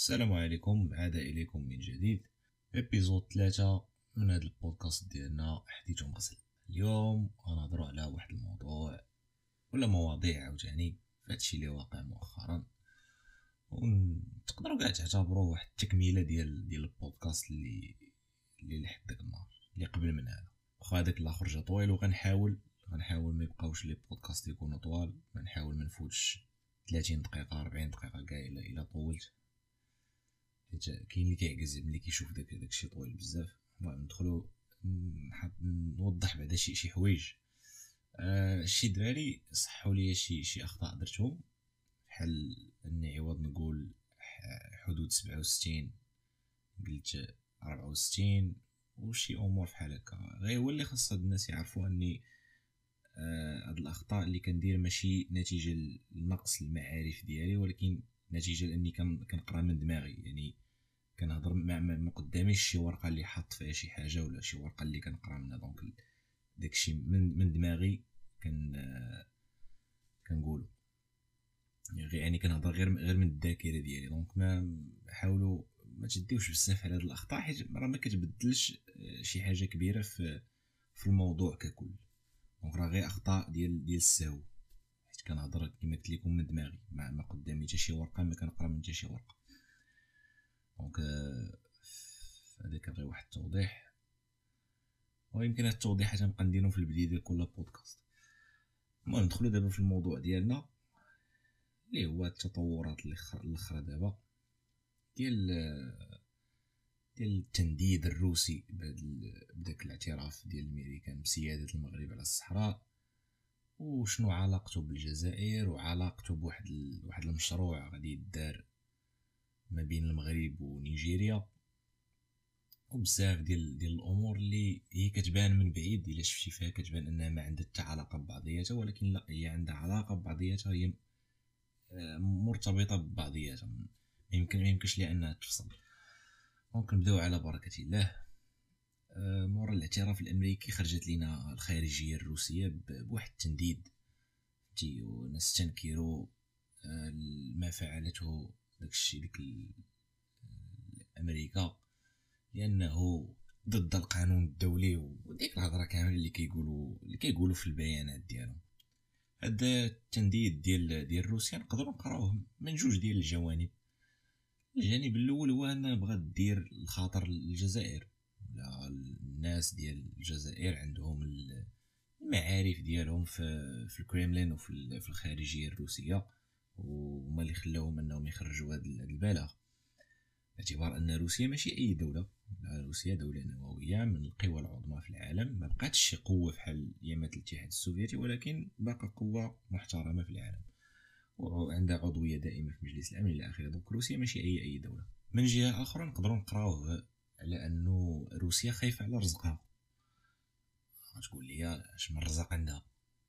السلام عليكم، عاد إليكم من جديد ابيزود 3 من هذا البودكاست ديالنا حديث ومغسل. اليوم غنهضروا على واحد الموضوع ولا مواضيع عاوتاني فهادشي اللي واقع مؤخرا، وتقدروا كاع تعتبروه واحد التكميله ديال البودكاست اللي لحد داك النهار اللي قبل من هذا. واخا هذاك الاخر جا طويل، وغنحاول ما يبقاوش لي بودكاست يكونوا طوال، غنحاول ما نفوتش 30 دقيقه 40 دقيقه كاع الا طولت، حيت كاين اللي كيعجز ملي كيشوف داكشي طويل بزاف. المهم ندخلو نوضح بعدا شي حوايج. شي دراري صحوا لي شي اخطاء درتهم، بحال اني عوض نقول حدود 67 قلت 64 وشي امور بحال هكا. غير هو اللي خاص هاد الناس يعرفوا اني هاد الاخطاء اللي كندير ماشي نتيجه لنقص المعارف ديالي، ولكن نتيجه لاني كنقرا من دماغي. يعني كنهضر ما قداميش شي ورقه اللي حاط فيها شي حاجه ولا شي ورقه اللي كنقرا منها، دونك داكشي من دماغي كنقولو. يعني كنهضر غير من الذاكره ديالي. دونك ما حاولوا ما تديوش بزاف على هاد الاخطاء، حيت راه ما كتبدلش شي حاجه كبيره في الموضوع ككل. دونك راه غير اخطاء ديال السهو، حيت كنهضر كما قلت لكم من دماغي، ما قدامي حتى شي ورقه، ما كنقرا من حتى شي ورقه. دونك هذا كان غير واحد التوضيح، ويمكن هاد التوضيحات غنبقى نديرهم في البدايه ديال كل بودكاست. المهم ندخلوا دابا في الموضوع ديالنا اللي هو التطورات الاخرى دابا ديال التنديد الروسي بداك الاعتراف ديال الامريكان بسياده المغرب على الصحراء، وشنو علاقته بالجزائر وعلاقته بواحد المشروع غادي يدار ما بين المغرب ونيجيريا، وبزاف ديال الامور اللي هي كتبان من بعيد. الا شفتي فيها كتبان انها ما عندها حتى علاقه ببعضياتها، ولكن لا، هي عندها علاقه ببعضياتها، هي مرتبطه ببعضياتها، ما يمكنش لها انها تفصل. دونك نبداو على بركه الله. مورا الاعتراف الامريكي خرجت لنا الخارجيه الروسيه بواحد التنديد ونستنكروا ما فعلته داكشي امريكا، لانه ضد القانون الدولي وديك الهضره كامل اللي كيقولوا في البيانات ديالهم. هذا التنديد ديال روسيا نقدروا نقراوه من جوج ديال الجوانب. الجانب الاول هو انها بغات دير الخاطر للجزائر، ولا الناس ديال الجزائر عندهم المعارف ديالهم في الكريملين وفي الخارجيه الروسيه، وما اللي خلاهم انهم يخرجوا هذا البلاغ، باعتبار ان روسيا ماشي اي دوله. روسيا دوله نوويه من القوى العظمى في العالم، ما بقاتش شي قوه بحال ايامات الاتحاد السوفيتي، ولكن باقا قوه محترمه في العالم وعندها عضويه دائمه في مجلس الامن الى اخره. دونك روسيا ماشي اي دوله. من جهه اخرى نقدروا نقراوه على انه روسيا خايفه على رزقها. غتقول لي اش من رزق عندها،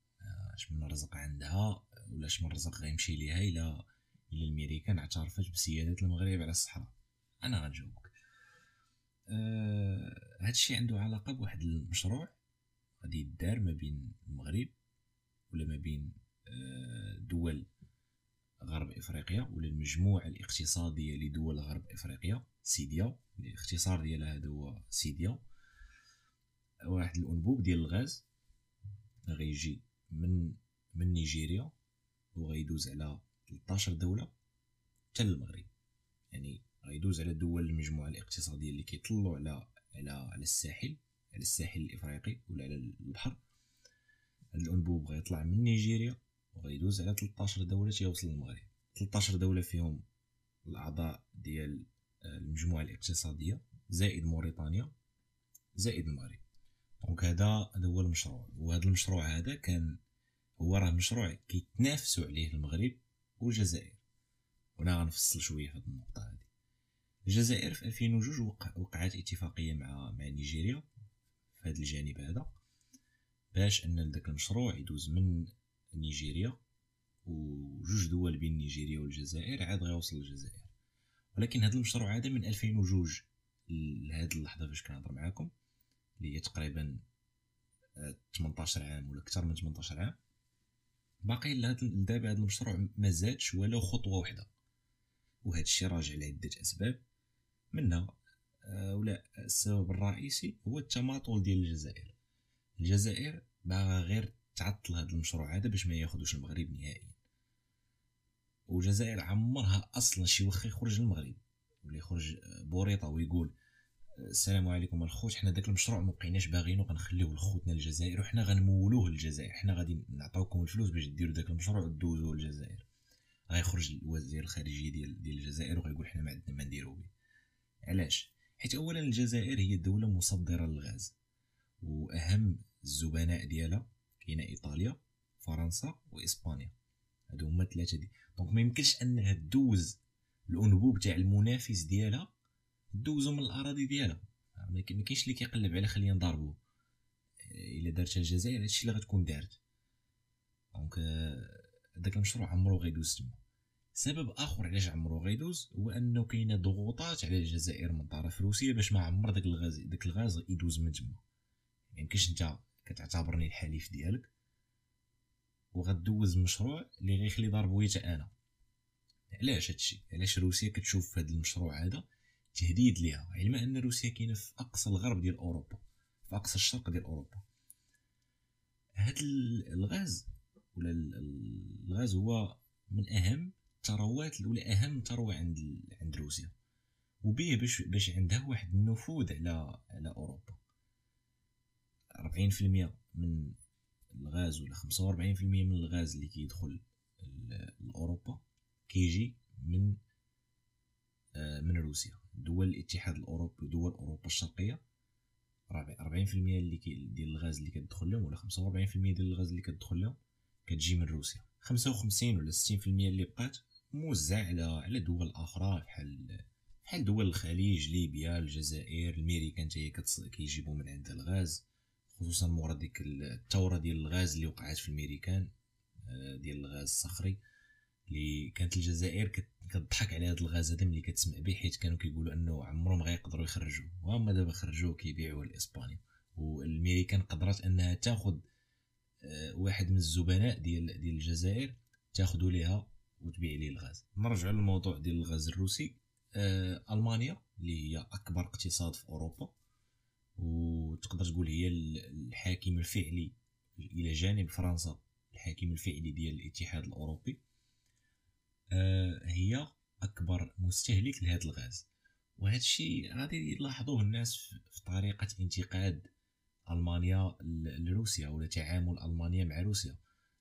ولا اش من رزق غيمشي ليها الا الامريكان اعترفت بسياده المغرب على الصحراء؟ انا غنجاوبك. هادشي عنده علاقه بواحد المشروع غادي يدار ما بين المغرب ولا ما بين دول غرب افريقيا، ولا المجموعه الاقتصاديه لدول غرب افريقيا، سيديا. الاختصار ديالها هذا هو سيديا. واحد الانبوب ديال الغاز غيجي من نيجيريا وغيدوز على 13 دوله حتى المغرب. يعني غيدوز على دول المجموعه الاقتصاديه اللي كيطلوا على الساحل الافريقي ولا على البحر. هذا الانبوب غيطلع من نيجيريا وغيدوز على 13 دوله تيوصل للمغرب. 13 دوله فيهم الاعضاء ديال المجموعه الاقتصاديه زائد موريتانيا زائد المغرب. دونك هذا هو المشروع، وهذا المشروع هذا كان هو راه مشروع كيتنافسوا عليه المغرب والجزائر. وانا غنفصل شويه في هذه النقطه هذه. الجزائر في 2002 وقعت اتفاقيه مع نيجيريا في هذا الجانب هذا، باش ان داك المشروع يدوز من نيجيريا، وجوج دول بين نيجيريا والجزائر عاد غيوصل للجزائر. ولكن هذا المشروع هذا من 2002 لهذه اللحظه فاش كنهضر معاكم، اللي هي تقريبا 18 عام ولا اكثر من 18 عام، باقي لدابا هذا المشروع ما زادش ولو خطوه واحده. وهذا الشيء راجع لعدة أسباب، منها ولا السبب الرئيسي هو التماطل ديال الجزائر. الجزائر باغا غير تعطل هذا المشروع هذا باش ما ياخذوش المغرب نهائيا. والجزائر عمرها اصلا شي وخا يخرج المغرب ولا يخرج بوريطه ويقول السلام عليكم الخوت، حنا داك المشروع ما بقيناش باغينو، غنخليوه لخوتنا الجزائر وحنا غنمولوه للجزائر، حنا غادي نعطيوكم الفلوس باش ديروا داك المشروع ودوزوه للجزائر. غيخرج الوزير الخارجيه ديال الجزائر وغيقول حنا ما عندنا ما نديرو به. علاش؟ حيت اولا الجزائر هي دوله مصدره للغاز، واهم الزبناء ديالها كاينه ايطاليا، فرنسا واسبانيا. هادو هما ثلاثه دونك ما يمكنش انها دوز الانبوب تاع المنافس ديالها دوزو من الاراضي ديالها. ما كاينش اللي كيقلب على خلينا نضربوه. الا دارتها الجزائر هادشي اللي غتكون دارت. دونك داك المشروع عمرو غيدوز تما. سبب اخر علاش عمرو غيدوز هو انه كاينه ضغوطات على الجزائر من طرف روسيا باش ما عمر داك الغاز يدوز من تما. ما يمكنش انت كتعتبرني الحليف ديالك وغدوز مشروع اللي غيخلي ضربويته انا. علاش هادشي؟ علاش روسيا كتشوف هذا المشروع هذا تهديد ليها، علما ان روسيا كاينه في اقصى الغرب ديال اوروبا، في اقصى الشرق ديال اوروبا. هاد الغاز ولا الغاز هو من اهم الثروات ولا اهم ثروه عند روسيا، وبيه باش عندها واحد النفوذ على اوروبا. 40% من الغاز ولا 45% من الغاز اللي كيدخل لاوروبا كيجي من روسيا. دول الاتحاد الاوروبي ودول اوروبا الشرقيه 40% ديال الغاز اللي كتدخل لهم ولا 45% ديال الغاز اللي كتدخل لهم كتجي من روسيا. 55 ولا 60% اللي بقات موزع على دول اخرى بحال دول الخليج، ليبيا، الجزائر، الميريكان حتى هي كيجيبوا من عندها الغاز، خصوصا مورا ديك الثوره ديال الغاز اللي وقعت في الميريكان ديال الغاز الصخري، اللي كانت الجزائر كتضحك على هذا الغاز هذا ملي كتسمع به، حيت كانوا كيقولوا انه عمرهم ما غيقدروا يخرجوه، وهما دابا خرجوه كيبيعوه لاسبانيا. والميريكان قدرت انها تاخذ واحد من الزبناء ديال الجزائر تاخذوا ليها وتبيع ليه الغاز. نرجعوا للموضوع ديال الغاز الروسي. المانيا اللي هي اكبر اقتصاد في اوروبا وتقدر تقول هي الحاكم الفعلي الى جانب فرنسا، الحاكم الفعلي ديال الاتحاد الاوروبي، هي اكبر مستهلك لهذا الغاز. وهذا الشيء غادي يلاحظوه الناس في طريقه انتقاد المانيا لروسيا ولا تعامل المانيا مع روسيا.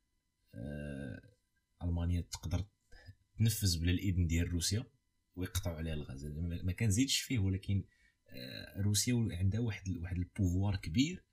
المانيا تقدر تنفذ بلا الاذن ديال روسيا ويقطعوا عليها الغاز، ما كنزيدش فيه، ولكن روسيا عندها واحد البوفوار كبير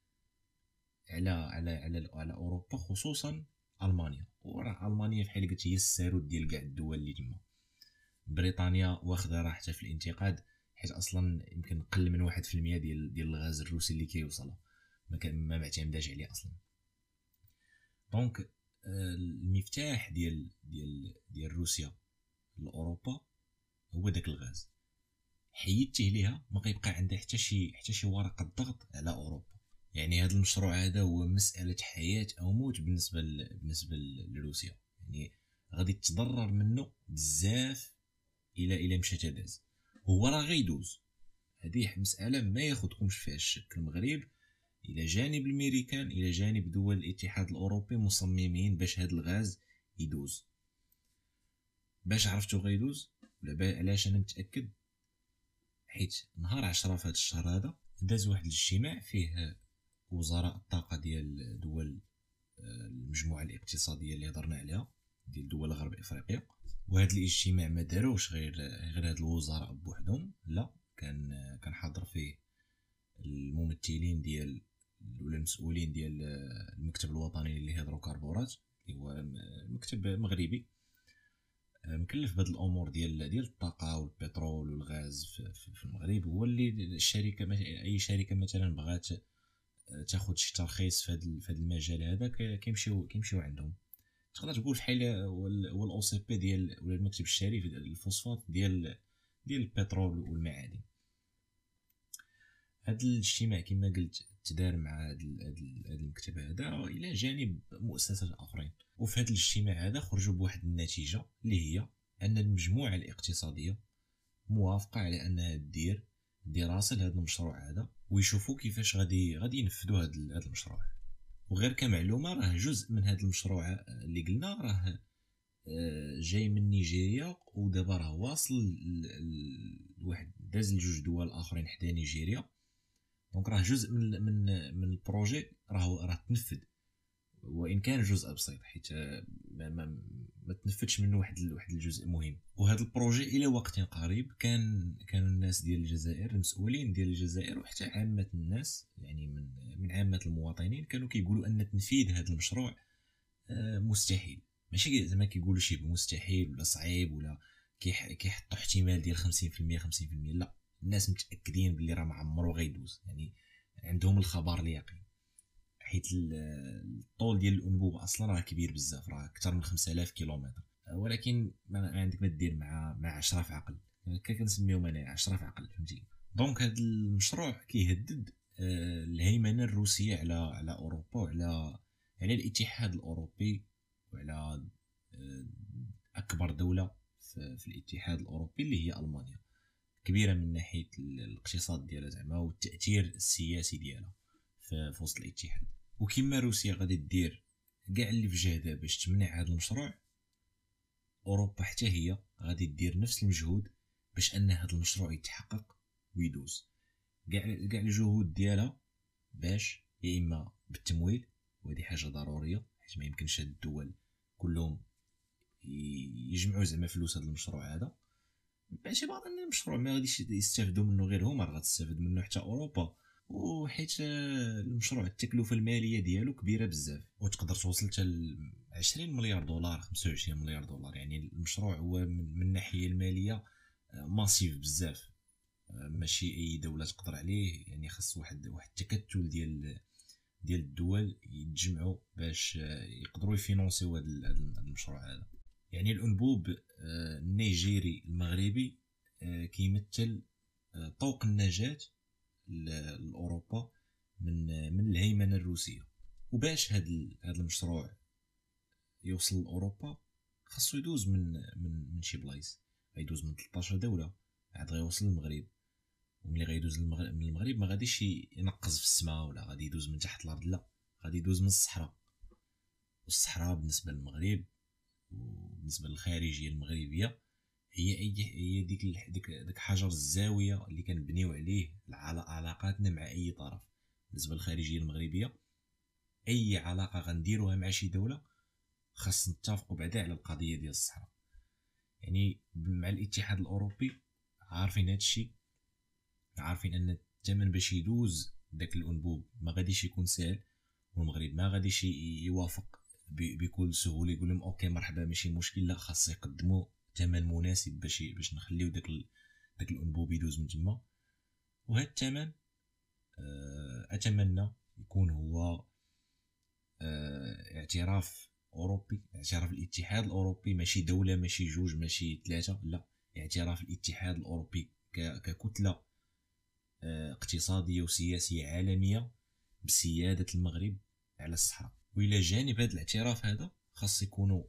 على اوروبا، خصوصا المانيا. وراه المانيا بحال قلت هي السارود ديال كاع الدول اللي تما. بريطانيا واخده راحتها في الانتقاد، حيت اصلا يمكن قل من 1% ديال الغاز الروسي اللي كيوصلها، ما معتمداش عليه اصلا. دونك المفتاح ديال روسيا لاوروبا هو داك الغاز. حيدتيه ليها ما غيبقى عندها حتى شي ورقه ضغط على اوروبا. يعني هذا المشروع هذا هو مساله حياه او موت بالنسبه لروسيا. يعني غادي تضرر منه بزاف الى مشات داز. هو راه غيدوز، هذه مساله ما ياخذكمش فيها الشك. المغرب الى جانب الامريكان الى جانب دول الاتحاد الاوروبي مصممين باش هذا الغاز يدوز. باش عرفتو غيدوز ولا علاش انا متاكد؟ حيت نهار 10 في هذا الشهر هذا داز واحد الاجتماع فيه وزراء الطاقه ديال دول المجموعه الاقتصاديه اللي هضرنا عليها ديال دول غرب افريقيا. وهذا الاجتماع ما داروش غير هاد الوزراء بوحدهم، لا، كان حاضر فيه الممثلين ديال ولا المسؤولين ديال المكتب الوطني للهيدروكربورات، اللي هو مكتب مغربي مكلف بهاد الامور ديال الطاقه والبترول والغاز في المغرب. هو اللي الشركه، اي شركه مثلا بغات تاخذ شي ترخيص في هذا المجال هذا كيمشيو عندهم. تقدر تقول بحال هو الاو سي بي ديال ولا المكتب الشريف الفوسفات ديال البترول والمعادن. هذا الاجتماع كما قلت تدار مع هذا المكتب هذا الى جانب مؤسسات اخرين. وفي هذا الاجتماع هذا خرجوا بواحد النتيجه اللي هي ان المجموعه الاقتصاديه موافقه على انها دير دراسه لهذا المشروع هذا، ويشوفوا كيفاش غادي ينفذوا هذا المشروع. وغير كمعلومه، راه جزء من هذا المشروع اللي قلنا راه جاي من نيجيريا، ودابا راه واصل لواحد داز لجوج دول اخرين حدا نيجيريا. دونك راه جزء من البروجي راه تنفذ، وان كان جزء بسيط، حيت ما تنفذش منه واحد الجزء مهم. وهذا البروجي الى وقت قريب كانوا الناس ديال الجزائر، المسؤولين ديال الجزائر وحتى عامه الناس، يعني من عامه المواطنين، كانوا كيقولوا ان تنفيذ هذا المشروع مستحيل. ماشي زعما كيقولوا شي مستحيل ولا صعيب ولا كيحطوا احتمال ديال 50% 50%، لا، الناس متاكدين باللي راه ما عمرو غيدوز، يعني عندهم الخبر اليقين، حيت الطول ديال الانبوب اصلا راه كبير بزاف، راه اكثر من 5000 كيلومتر. ولكن ما عندك ما دير مع 10 في عقل، كنسميهم انا 10 في عقل، فهمتي. دونك هذا المشروع كيهدد الهيمنه الروسيه على اوروبا وعلى الاتحاد الاوروبي، وعلى اكبر دوله في الاتحاد الاوروبي اللي هي المانيا، كبيره من ناحيه الاقتصاد ديالها زعما والتاثير السياسي ديالها في وسط الاتحاد. وكما روسيا غادي دير كاع اللي في جهدها باش تمنع هذا المشروع، اوروبا حتى هي غادي دير نفس المجهود باش ان هذا المشروع يتحقق ويدوز. كاع الجهود ديالها باش يا اما بالتمويل، وهذه حاجه ضروريه حيت ما يمكنش هاد الدول كلهم يجمعوا زعما فلوس هذا المشروع هذا، باعتبار ان المشروع ما غاديش يستافدوا منه غير هما، راه غتستافد منه حتى اوروبا، وحيت المشروع التكلفه الماليه ديالو كبيره بزاف، وتقدر توصل حتى 20 مليار دولار 25 مليار دولار. يعني المشروع هو من الناحيه الماليه ماسيف بزاف، ماشي اي دوله تقدر عليه. يعني خاص واحد التكتل ديال الدول يتجمعوا باش يقدروا يفينونسيو هذا المشروع هذا. يعني الانبوب النيجيري المغربي كيمثل طوق النجاة لاوروبا من الهيمنه الروسيه. وباش هذا المشروع يوصل لاوروبا خاصو يدوز من شي بلايص، غيدوز من 13 دوله، عاد غيوصل للمغرب. وملي غيدوز من المغرب ما غاديش ينقز في السماء ولا غادي يدوز من تحت الارض، لا، غادي يدوز من الصحراء. والصحراء بالنسبه للمغرب وبالنسبه للخارجيه المغربيه هي ديك حجر الزاويه اللي كنبنيو عليه علاقاتنا مع اي طرف. بالنسبه للخارجيه المغربيه، اي علاقه غنديروها مع شي دوله خاص نتفقوا بعدا على القضيه ديال الصحراء. يعني مع الاتحاد الاوروبي عارفين هادشي، عارفين ان الثمن باش يدوز داك الانبوب ما غاديش يكون سهل، والمغرب ما غاديش يوافق بكل سهوله يقول لهم اوكي مرحبا ماشي مشكل، لا، خاص يقدموا ثمن مناسب باش نخليو داك الانبوب يدوز من تما. وهذا الثمن اتمنى يكون هو اعتراف اوروبي، اعتراف الاتحاد الاوروبي، ماشي دوله، ماشي جوج، ماشي ثلاثه، لا، اعتراف الاتحاد الاوروبي ككتله اقتصاديه وسياسيه عالميه بسياده المغرب على الصحراء. والى جانب هذا الاعتراف هذا خاص يكونوا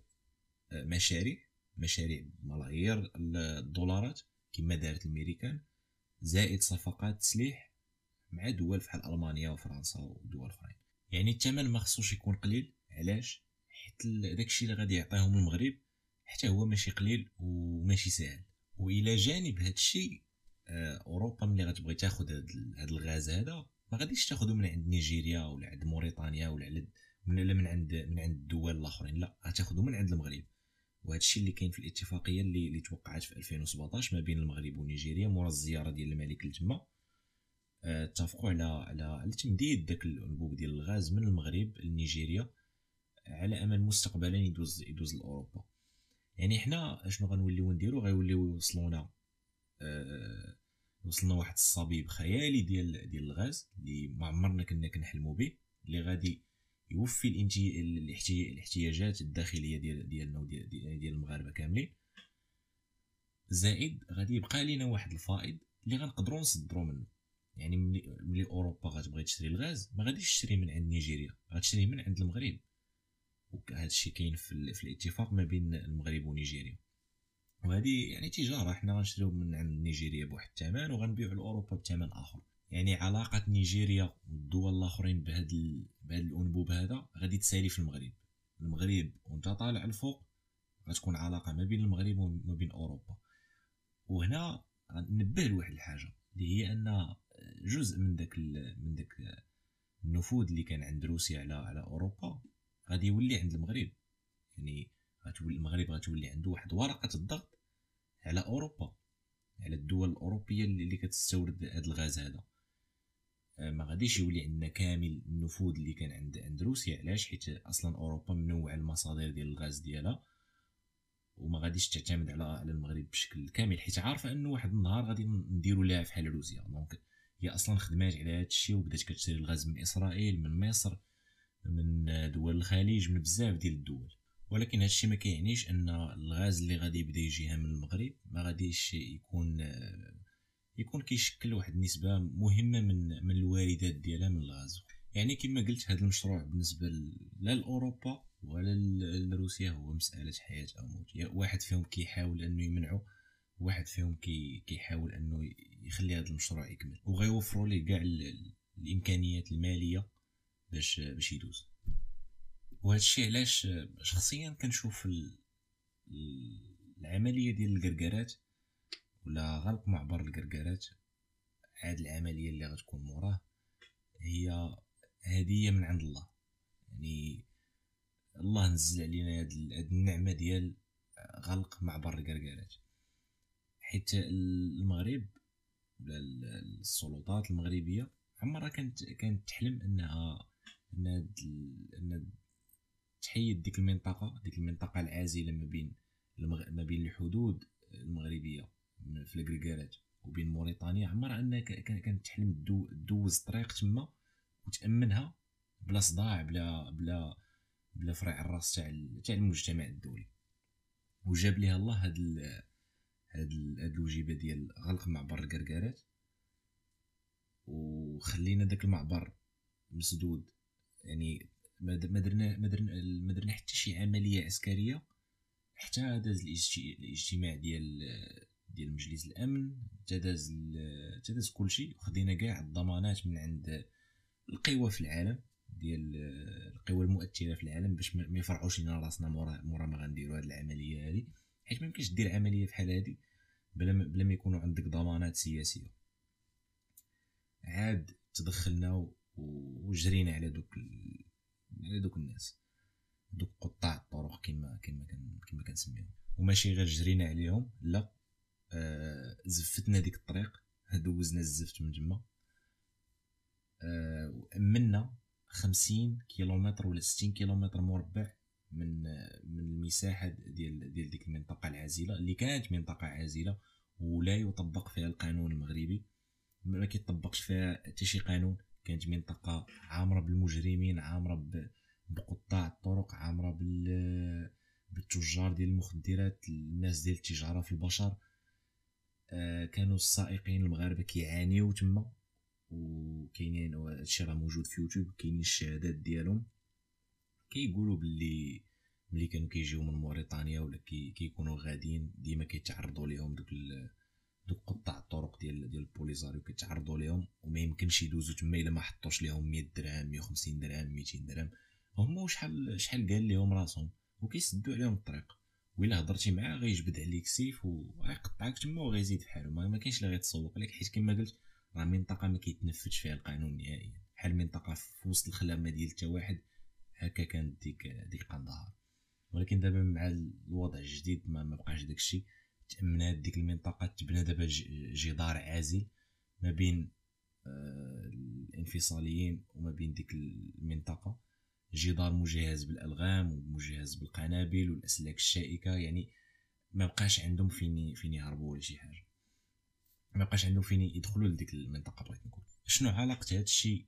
مشاريع ملايير الدولارات كما دارت الامريكان، زائد صفقات تسليح مع دول بحال المانيا وفرنسا ودول اخرين. يعني الثمن ما خصوش يكون قليل. علاش؟ حيت داكشي اللي غادي يعطيهم المغرب حتى هو ماشي قليل وماشي سهل. والى جانب هادشي اوروبا ملي غتبغي تاخذ هذا الغاز هذا ما غاديش تاخذه من عند نيجيريا ولا عند موريتانيا ولا من عند الدول الاخرين، لا، غتاخذه من عند المغرب. وهذا الشيء اللي كاين في الاتفاقيه اللي توقعت في 2017 ما بين المغرب ونيجيريا مورا الزياره ديال الملك لتما. اتفقوا على تمديد داك الانبوب ديال الغاز من المغرب لنيجيريا على امل مستقبلا يدوز لاوروبا. يعني حنا اشنو غنوليو نديرو؟ غيوليو يوصلونا وصلنا واحد الصبيب خيالي ديال الغاز اللي ما عمرنا كنا كنحلموا به، اللي غادي يوفي الاحتياجات الداخليه ديالنا وديال المغاربه كاملين. زائد غادي يبقى لينا واحد الفائض اللي غنقدروا نصدروا منه. يعني ملي اوروبا غتبغي تشري الغاز ما غاديش تشري من عند نيجيريا، غتشري من عند المغرب. وهذا الشيء كاين في الاتفاق ما بين المغرب ونيجيريا. وهذه يعني تجاره، حنا غنشريو من عند نيجيريا بواحد الثمن وغنبيعو لاوروبا بثمن اخر. يعني علاقه نيجيريا والدول الاخرين بهذا الانبوب هذا غادي تسالي في المغرب وانت طالع الفوق غتكون علاقه ما بين المغرب وما بين اوروبا. وهنا غنبه لواحد الحاجه اللي هي ان جزء من داك النفوذ اللي كان عند روسيا على اوروبا غادي يولي عند المغرب. يعني غتولي المغرب غتولي عنده واحد ورقه الضغط على اوروبا، على الدول الاوروبيه اللي كتستورد هذا الغاز هذا. ما غاديش يولي عندنا كامل النفوذ اللي كان عند روسيا. علاش؟ حيت اصلا اوروبا منوعه المصادر ديال الغاز ديالها وما غاديش تعتمد على المغرب بشكل كامل، حيت عارفه انه واحد النهار غادي نديروا لها بحال روسيا. دونك هي اصلا خدمات على هذا الشيء وبدات كتشري الغاز من اسرائيل، من مصر، من دول الخليج، من بزاف ديال الدول. ولكن هذا الشيء ما كيعنيش ان الغاز اللي غادي يبدا يجيها من المغرب ما غاديش يكون كيشكل واحد النسبه مهمه من الواردات ديالها من الغاز. يعني كما قلت هذا المشروع بالنسبه لا لاوروبا ولا لروسيا هو مساله حياه او موت. واحد فيهم كيحاول انه يمنعه، واحد فيهم كيحاول انه يخلي هذا المشروع يكمل وغيوفروا ليه كاع الامكانيات الماليه باش يدوز. وهذا الشيء علاش شخصيا كنشوف العمليه ديال الكركارات ولا غلق معبر الكركارات، هاد العمليه اللي غتكون موراه هي هديه من عند الله. يعني الله نزل علينا هاد النعمه ديال غلق معبر الكركارات، حيت المغرب ولا السلطات المغربيه عمرها كانت تحلم ان تحيد ديك المنطقه العازله ما بين الحدود المغربيه في الكركارات وبين موريتانيا. عمرها انها كانت تحلم دوز طريق تما وتامنها بلا صداع بلا فرع الراس تاع المجتمع الدولي. وجاب ليها الله هاد الوجيبه ديال غلق معبر الكركارات وخلينا داك المعبر مسدود. يعني ما درنا حتى شي عمليه عسكريه، حتى داز الاجتماع ديال مجلس الامن، حتى داز كلشي، وخدينا كاع الضمانات من عند القوى في العالم ديال القوى المؤثره في العالم باش ما يفرعوش لنا راسنا مورا ما غنديروا هذه العمليه هذه. حيت ما يمكنش دير عمليه بحال هذه بلا ما يكونوا عندك ضمانات سياسيه. عاد تدخلنا وجرينا على دوك الناس، دوك قطاع الطرق كما كنسميهم. وماشي غير جرينا عليهم، لا زفتنا ديك الطريق، دوزنا الزفت من تما، وامنا 50 كيلومتر ولا 60 كيلومتر مربع من المساحه ديال ديك المنطقه العازله اللي كانت منطقه عازله ولا يطبق فيها القانون المغربي. ما كيطبقش فيها حتى شي قانون. كانت منطقه عامره بالمجرمين، عامره بقطاع الطرق، عامره بالتجار ديال المخدرات، الناس ديال التجاره في البشر. كانوا السائقين المغاربه كيعانيو تما، وكاينين هادشي راه موجود في يوتيوب، كاينين الشهادات ديالهم كيقولوا باللي ملي كانوا كيجيو من موريتانيا ولا كيكونوا غاديين ديما كيتعرضوا لهم دوك قطاع الطرق ديال البوليزاريو، كيتعرضوا لهم وما يمكنش يدوزوا تما الا ما حطوش لهم 100 درهم 150 درهم 200 درهم. هما شحال قال لهم راسهم وكيسدوا عليهم الطريق، وإلا هضرتي معاه غيجبد عليك سيف وغيقطعك تما وغيزيد في حاله. ما كاينش اللي غيتسوق لك، حيت كما قلت راه منطقه ما كيتنفذش فيها القانون نهائيا، بحال منطقه في وسط الخلامه ديال حتى واحد. هكا كانت ديك قندهار. ولكن دابا مع الوضع الجديد ما بقاش داكشي. تأمنات ديك المنطقه، تبنى دابا جدار عازل ما بين الانفصاليين وما بين ديك المنطقه، جدار مجهز بالالغام ومجهز بالقنابل والاسلاك الشائكه. يعني ما بقاش عندهم فين يهربوا ولا شي حاجه، ما بقاش عندهم فين يدخلوا لديك المنطقه. بغيت نقول شنو علاقه هذا الشيء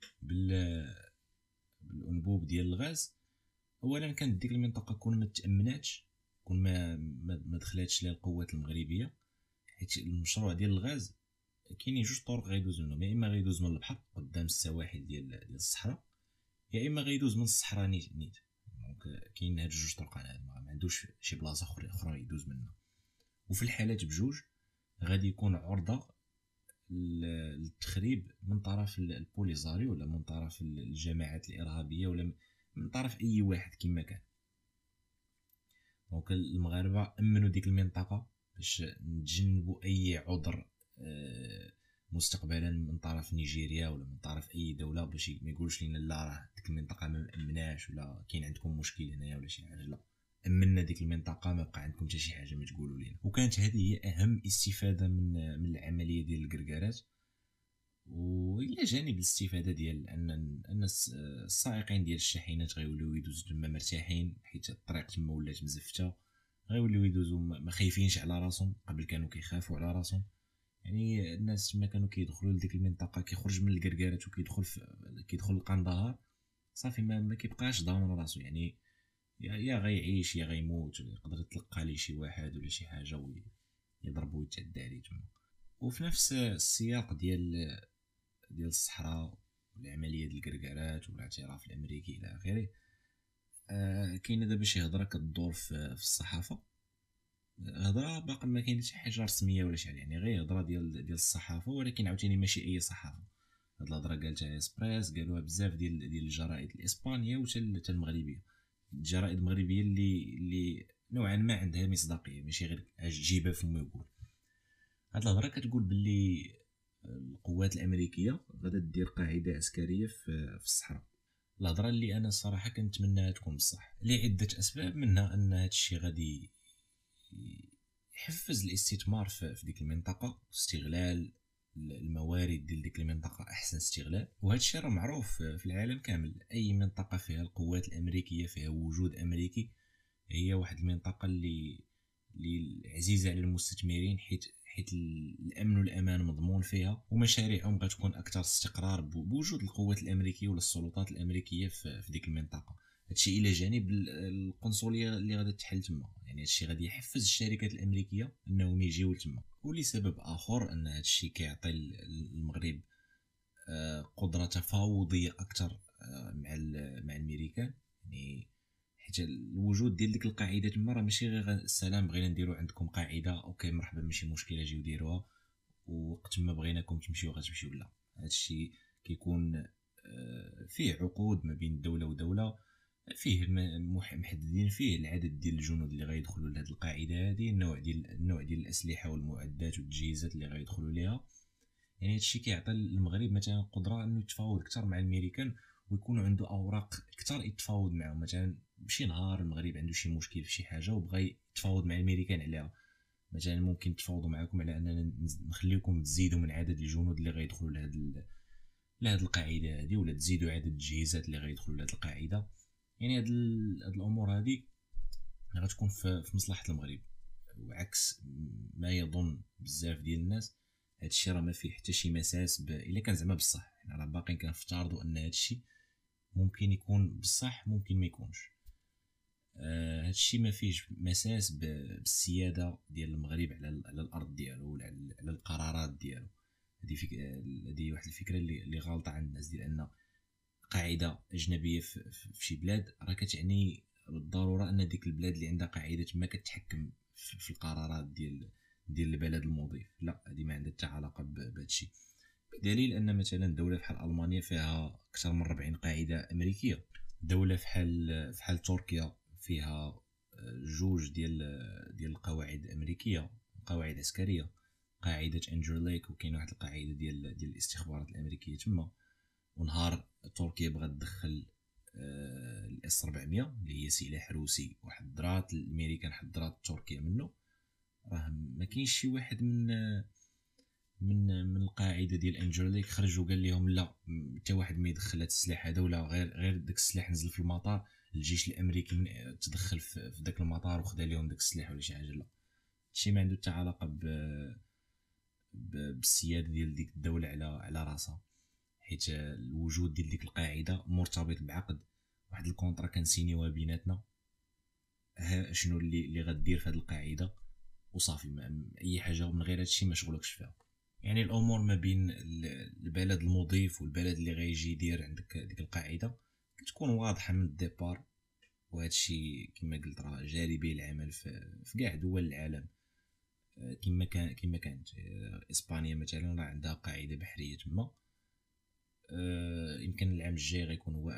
بالانبوب ديال الغاز. اولا كانت ديك المنطقه كون ما تامناتش، كون ما دخلاتش لها القوات المغربيه، حيت المشروع ديال الغاز كاينين جوج طرق غيدوز منهم. يا اما غيدوز من البحر قدام السواحل ديال الصحراء، يا اما غيدوز من الصحراء نيت. دونك كاين هاد جوج طرق، ما عندوش شي بلاصه اخرى يدوز منها. وفي الحالات بجوج غادي يكون عرضه للتخريب من طرف البوليزاريو ولا من طرف الجماعات الارهابيه ولا من طرف اي واحد كما كان. دونك المغاربه امنوا ديك المنطقه باش نتجنبوا اي عذر مستقبلا من طرف نيجيريا ولا من طرف اي دوله باش ما يقولش لنا لا راه ديك المنطقه ما مامناش ولا كاين عندكم مشكل هنايا ولا شي حاجه. لا، امنا ديك المنطقه، ما بقى عندكم حتى شي حاجه ما تقولوا لنا. وكانت هذه هي اهم استفاده من العمليه ديال الكركارات. والى جانب الاستفاده ديال ان السائقين ديال الشاحنات غيوليو يدوزو تما مرتاحين حيت الطريق تما ولات مزفته، غيوليو يدوزو ما خايفينش على راسهم. قبل كانوا كيخافوا على راسهم. يعني الناس تما كانوا كيدخلوا لديك المنطقه، كيخرج من الكركارات كيدخل لقندهار صافي ما كيبقاش ضامن راسو. يعني يا غيعيش يا غيموت، يقدر يتلقى ليه شي واحد ولا شي حاجه ويضربو ويتعدى عليه تما. وفي نفس السياق ديال الصحراء والعمليه ديال الكركارات والاعتراف الامريكي الى اخره، كاينه دابا شي هضره كدور في الصحافه. هضره باقي ما كاين شي حاجه رسميه ولا شي حاجه، يعني غير هضره ديال الصحافه، ولكن عاوتاني ماشي اي صحافه. هاد الهضره قالتها اسبريس، قالوها بزاف ديال الجرائد الاسبانيه وحتى المغربيه. الجرائد المغربيه اللي نوعا ما عندها مصداقيه، ماشي غير جيبه فمو يقول. هاد الهضره كتقول باللي القوات الامريكيه غادا دير قاعده عسكريه في الصحراء. الهضره اللي انا الصراحه كنتمناها تكون بصح لعده اسباب، منها ان هاد الشيء غادي يحفز الاستثمار في ديك المنطقه واستغلال الموارد ديال ديك المنطقه احسن استغلال. وهذا الشيء راه معروف في العالم كامل. اي منطقه فيها القوات الامريكيه، فيها وجود امريكي، هي واحد المنطقه اللي عزيزه على المستثمرين، حيت الامن والامان مضمون فيها، ومشاريعهم غتكون اكثر استقرار بوجود القوات الامريكيه ولا السلطات الامريكيه في ديك المنطقه. هادشي الى جانب القنصليه اللي غادي تحل تما. يعني هادشي غادي يحفز الشركات الامريكيه انهم يجيو لتما. ولسبب اخر ان هادشي كيعطي المغرب قدره تفاوضيه اكثر مع الامريكان. يعني حيت الوجود ديال ديك القاعده تما راه ماشي غير السلام بغينا نديرو عندكم قاعده اوكي مرحبا ماشي مشكله جيو ديروها، وقت ما بغيناكم تمشيو غتمشيو. لا، هادشي كيكون فيه عقود ما بين دوله ودوله، فيه محددين فيه العدد ديال الجنود اللي غيدخلوا لهاد القاعده هذه، النوع ديال الاسلحه والمعدات والتجهيزات اللي غيدخلوا ليها. يعني هادشي كيعطي المغرب مثلا قدره انه يتفاوض اكثر مع الامريكان ويكون عنده اوراق اكثر يتفاوض معهم. مثلا بشي نهار المغرب عنده شي مشكل في شي حاجه وبغى يتفاوض مع الامريكان عليها، مثلا ممكن نتفاوضوا معكم على اننا نخليكم تزيدوا من عدد الجنود اللي غيدخلوا لهاد القاعده هذه، ولا تزيدوا عدد التجهيزات اللي غيدخلوا لهاد القاعده. يعني هاد الامور هذه غتكون في مصلحه المغرب، وعكس ما يظن بزاف ديال الناس. هادشي راه ما فيه حتى شي مساس الا كان زعما بصح. حنا راه باقيين كنفترضوا ان هادشي ممكن يكون بصح ممكن ما يكونش. هادشي ما فيهش مساس بالسياده ديال المغرب على الارض ديالو ولا على القرارات ديالو. هذه واحد الفكره اللي غالطه عند الناس، ديال ان قاعده اجنبيه في شي بلاد راه كتعني بالضروره ان ديك البلاد اللي عندها قاعده ما كتحكم في القرارات ديال البلد المضيف. لا، هذه ما عندها حتى علاقه بهذا الشيء. بدليل ان مثلا دوله بحال المانيا فيها اكثر من 40 قاعده امريكيه. دوله بحال تركيا فيها جوج ديال القواعد الامريكيه، قواعد عسكريه، قاعده انجر ليك، وكاين واحد القاعده ديال الاستخبارات الامريكيه تما. ونهار تركيا بغات تدخل الاس 400 اللي هي سلاح روسي وحضرات الامريكان حضرات تركيا منه، راه ما كاينش شي واحد من القاعده ديال انجرليك خرج وقال لهم لا حتى واحد ما يدخل هذا السلاح هذا، ولا غير داك السلاح نزل في المطار الجيش الامريكي تدخل في داك المطار وخدا لهم داك السلاح ولا شي حاجه. لا، شي ما عنده حتى علاقه بالسياده ديال ديك الدوله على راسها، حيت الوجود ديال ديك القاعده مرتبط بعقد، واحد الكونطرا كنسينيوها بيناتنا. ها شنو اللي غدير في هذه القاعده وصافي. اي حاجه من غير هادشي ما شغلكش فيها. يعني الامور ما بين البلد المضيف والبلد اللي غيجي يدير عندك ديك القاعده كتكون واضحه من الديبار. وهذا الشيء كما قلت راه جاري به العمل في كاع دول العالم. كما كانت اسبانيا مثلا راه عندها قاعده بحريه تما. يمكن العام الجاي غيكون هو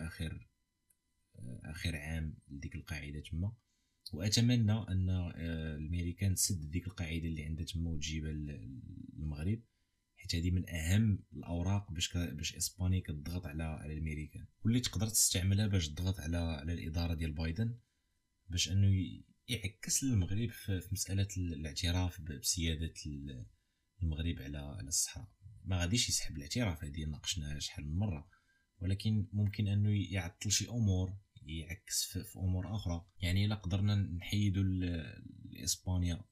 اخر عام لديك القاعده تما، واتمنى ان الامريكان تسد ديك القاعده اللي عندها تما وتجيبها للمغرب، حيت هذه من اهم الاوراق باش اسبانيا كتضغط على الامريكان، واللي تقدر تستعملها باش تضغط على الاداره ديال بايدن باش انه يعكس للمغرب في مساله الاعتراف بسياده المغرب على الصحراء. ما غاديش يسحب الاعتراف، هذه ناقشناها شحال من مره، ولكن ممكن انه يعطل شي امور، يعكس في امور اخرى. يعني الا قدرنا نحيدوا لاسبانيا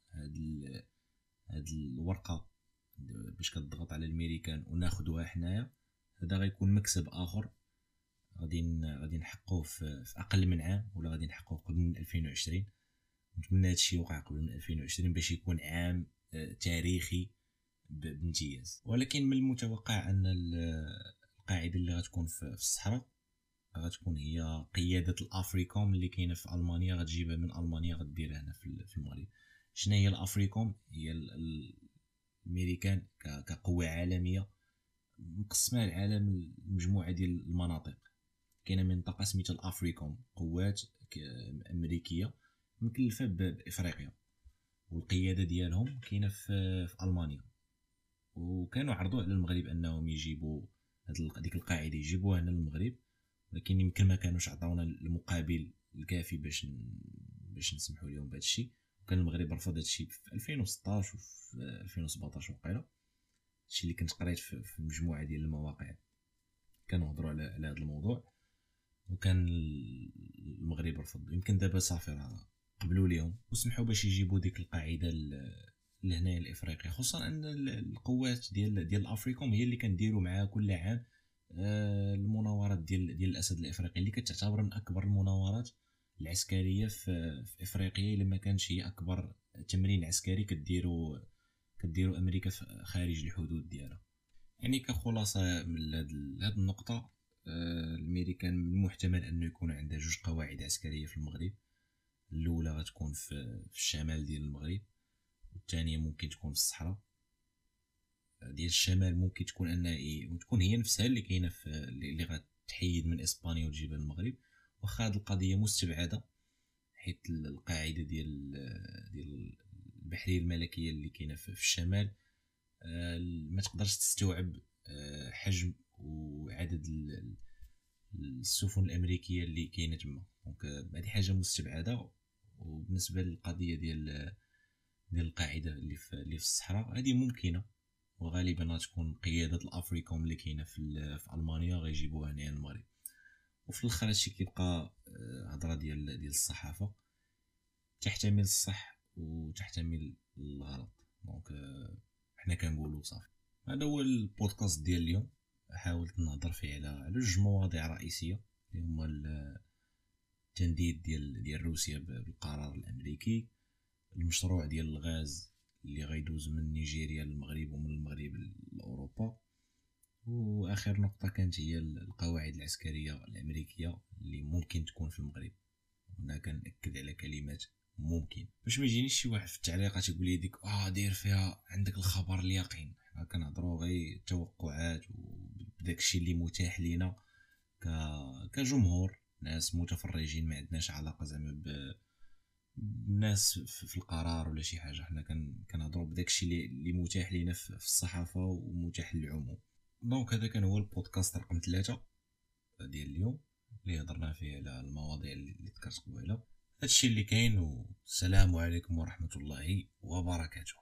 هاد الورقه باش كتضغط على الامريكان وناخذوها حنايا، هذا غيكون مكسب اخر غادي نحققوه في اقل من عام، ولا غادي نحققوه قبل من 2020. نتمنى هذا الشيء يوقع قبل من 2020 باش يكون عام تاريخي بامتياز. ولكن من المتوقع ان القاعده اللي غتكون في الصحراء غتكون هي قياده الافريكوم اللي كاينه في المانيا، غتجيبها من المانيا غديرها هنا في المغرب. شنو هي الافريكوم؟ هي الامريكان كقوه عالميه مقسمه العالم لمجموعه ديال المناطق. كاينه منطقه سميتها الافريكوم، قوات امريكيه مكلفه بافريقيا، والقياده ديالهم كاينه في المانيا. وكانوا عرضوا على المغرب انهم يجيبوا هذيك القاعده يجيبوها هنا للمغرب، ولكن يمكن ما كانوش عطاونا المقابل الكافي باش نسمحوا لهم بهذا الشيء. وكان المغرب رفض هذا الشيء في 2016 وفي 2017 وقيله. الشيء اللي كنت قريت في مجموعه ديال المواقع كانوا هضروا على هذا الموضوع، وكان المغرب رفض. يمكن دابا صافي راه قبلوا ليهم وسمحوا باش يجيبوا ديك القاعده لهنايا لافريقيا، خصوصا ان القوات ديال افريكوم هي اللي كنديروا معها كل عام المناورات ديال الاسد الافريقي، اللي كتعتبر من اكبر المناورات العسكريه في افريقيا، الا ما كانش هي اكبر تمرين عسكري كديروا امريكا خارج الحدود ديالها. يعني كخلاصه من هذه النقطه، الامريكان من المحتمل انه يكون عندها جوج قواعد عسكريه في المغرب. الاولى غتكون في الشمال ديال المغرب، والثانيه ممكن تكون في الصحراء ديال الشمال. ممكن تكون تكون هي نفسها اللي كاينه في اللي غتحيد من اسبانيا وتجيبها للمغرب. واخا هذه القضيه مستبعده، حيت القاعده ديال البحريه الملكيه اللي كاينه في الشمال ما تقدرش تستوعب حجم وعدد السفن الامريكيه اللي كاينه تما. دونك هذه حاجه مستبعده. وبالنسبه للقضيه ديال القاعده اللي في الصحراء، هذه ممكنه، وغالبا غتكون قياده الافريكوم اللي كاينه في المانيا غيجيبوها هنا المغرب. وفي الاخر هادشي كيبقى هضره ديال الصحافه، تحتمل الصح وتحتمل الغلط. دونك حنا كنقولوا صافي. هذا هو البودكاست ديال اليوم. حاولت نهضر فيه على جوج مواضيع رئيسيه، اللي هما التنديد ديال روسيا بالقرار الامريكي، المشروع ديال الغاز اللي غيدوز من نيجيريا للمغرب ومن المغرب لاوروبا، واخر نقطه كانت هي القواعد العسكريه الامريكيه اللي ممكن تكون في المغرب. هنا كنأكد على كلمه ممكن، باش ما يجينيش شي واحد في التعليقات يقول لي ديك داير فيها عندك الخبر اليقين. حنا كنهضروا غير توقعات وبداك الشيء اللي متاح لينا كجمهور، ناس متفرجين، ما عندناش علاقه زعما بالناس في القرار ولا شي حاجه. حنا كنهضروا بداك الشيء اللي متاح لينا في الصحافه ومتاح للعموم. دونك هذا كان هو البودكاست رقم 3 ديال اليوم، اللي هضرنا فيه على المواضيع اللي ذكرت قبيله. هادشي اللي كاين، والسلام عليكم ورحمه الله وبركاته.